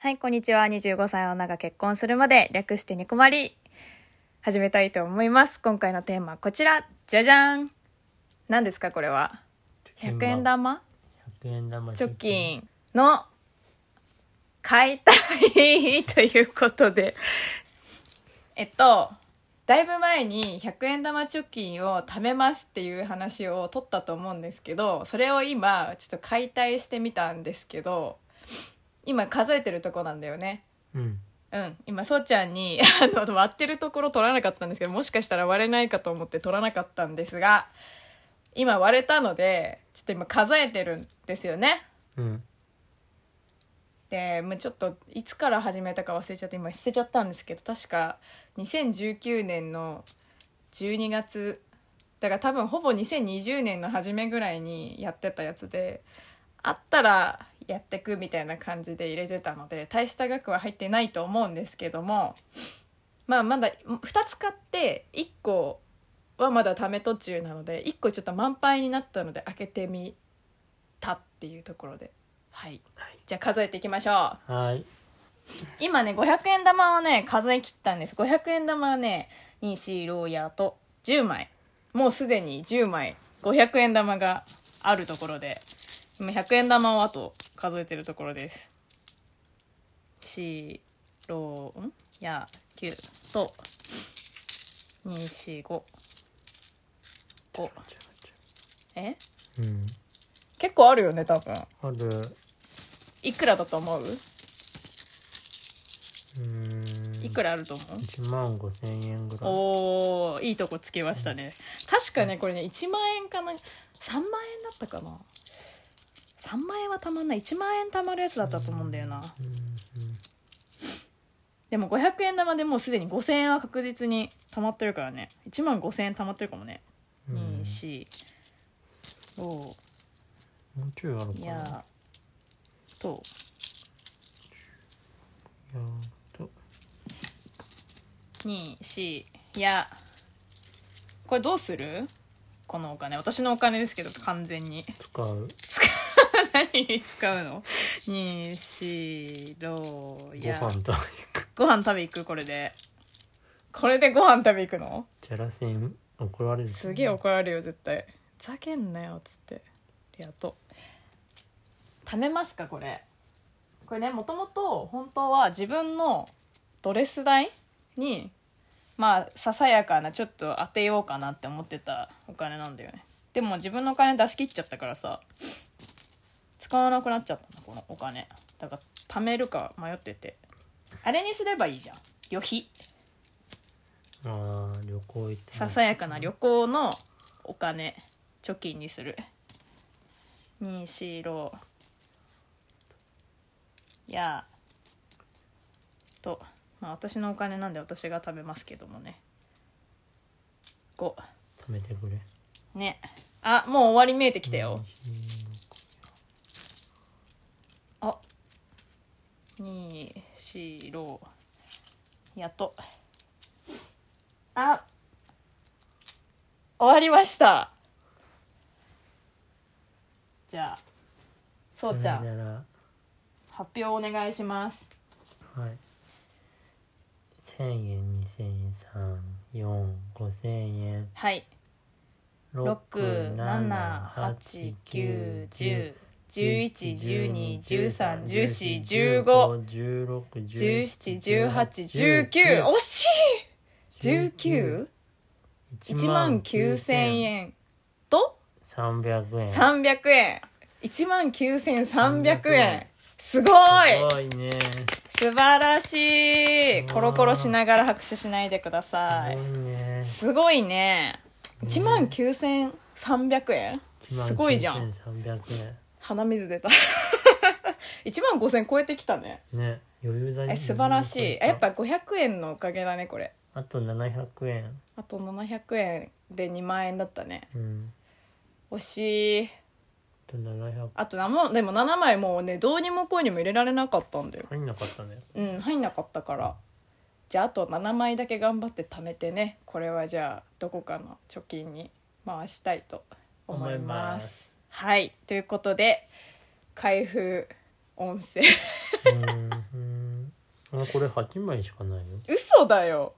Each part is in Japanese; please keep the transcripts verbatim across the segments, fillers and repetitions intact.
はい、こんにちは。にじゅうごさいの女が結婚するまで、略してニコマリ始めたいと思います。今回のテーマはこちら。じゃじゃん。何ですかこれは。ひゃくえん玉ひゃくえん玉貯金の買いたいということでえっとだいぶ前にひゃくえん玉貯金を貯めますっていう話を取ったと思うんですけど、それを今ちょっと解体してみたんですけど、今数えてるとこなんだよね。 うんうん、今そうちゃんにあの割ってるところ取らなかったんですけど、もしかしたら割れないかと思って取らなかったんですが、今割れたのでちょっと今数えてるんですよね。 うんでもうちょっといつから始めたか忘れちゃって今捨てちゃったんですけど、確かにせんじゅうきゅうねんのじゅうにがつだから多分ほぼにせんにじゅうねんの初めぐらいにやってたやつで、あったらやってくみたいな感じで入れてたので大した額は入ってないと思うんですけども、まあまだふたつ買っていっこはまだ貯め途中なので、いっこちょっと満杯になったので開けてみたっていうところで、はい、はい、じゃあ数えていきましょう。はい。 今ねごひゃくえん玉をね数え切ったんです。ごひゃくえん玉はねに、し、ろうやとじゅうまい、もうすでにじゅうまいごひゃくえん玉があるところで、今ひゃくえん玉をあと数えてるところです。し、ろう、んや、きゅうとに、し、ご、ごえ、 うん、 結構あるよね多分。 ある。 いくらだと思う？ うーんいくらあると思う？ いちまんごせんえんぐらい。 おー、いいとこつけましたね、うん、確かねこれねいちまんえんかなさんまんえんだったかな。さんまんえんはたまんない、いちまんえんたまるやつだったと思うんだよな。 うんうん、 でもごひゃくえん玉でもうすでにごせんえんは確実にたまってるからね。いちまんごせんえんたまってるかもね。 うん、 に、し、ろう、 もうちょいあるかな。 やとやとに、し、や。これどうする？このお金私のお金ですけど完全に使う。 使う何に使うの？に、し、ろう、や。 ご飯食べ行く。 ご飯食べ行く。これでこれでご飯食べ行くの？ チャラせん怒られる。 すげえ怒られるよ絶対。ふざけんなよっつって。ありがとう。貯めますかこれ。これねもともと本当は自分のドレス代にまあささやかなちょっと当てようかなって思ってたお金なんだよね。でも自分のお金出し切っちゃったからさ使わなくなっちゃったのこのお金だから貯めるか迷ってて、あれにすればいいじゃん、旅費。 あー旅行行ってささやかな旅行のお金貯金にする。に、し、ろやと、まあ私のお金なんで私が食べますけどもね。ご食べてくれね。あ、もう終わり見えてきたよ。あ、に、し、ろやっと。あ、終わりました。じゃあそうちゃん発表お願いします。 はい。せんえん、にせんえん、さん、よん、ごせんえん。 はい。ろく、なな、はち、きゅう、じゅう、じゅういち、じゅうに、じゅうさん、じゅうよん、じゅうご、 じゅうろく、 じゅうなな、じゅうはち、じゅうきゅう。惜しい。じゅうきゅう？ いちまんきゅうせんえんとさんびゃくえん。 さんびゃくえん。いちまんきゅうせんさんびゃくえん。すごい。 すごいね。 素晴らしい。コロコロしながら拍手しないでください。 すごいね。 すごいね。いちまんきゅうせんさんびゃくえん、すごいじゃん。 いちまんきゅうせんさんびゃくえん。 鼻水出た。いちまんごせん超えてきたね。 ね、余裕だね。 え、素晴らしい。やっぱごひゃくえんのおかげだねこれ。 あとななひゃくえん。 あとななひゃくえんでにまんえんだったね。 うん。 惜しい。 あとななひゃく。 あとなもでもななまいもうねどうにもこうにも入れられなかったんだよ。 入んなかったね。 うん入んなかったから。じゃああとななまいだけ頑張って貯めてね、これはじゃあどこかの貯金に回したいと思います。はい、ということで開封音声うんうんあこれはちまいしかないよ。 嘘だよ。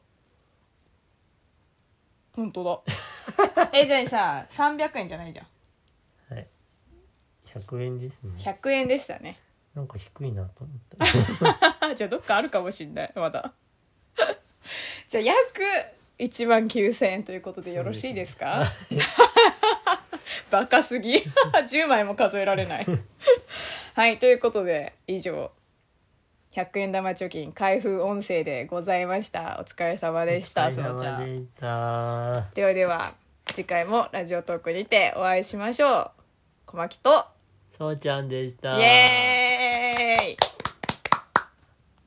本当だ。えじゃあささんびゃくえんじゃないじゃん。 はい。ひゃくえんですね。 ひゃくえんでしたね。 なんか低いなと思った。 じゃあどっかあるかもしんないまだ。じゃあ約いちまんきゅうせんえんということでよろしいですか？バカすぎ。じゅうまいも数えられない。はい、ということで以上ひゃくえん玉貯金開封音声でございました。お疲れ様でした。 お疲れ様でした。 ではでは次回もラジオトークにてお会いしましょう。小牧とそうちゃんでした。 イエーイ。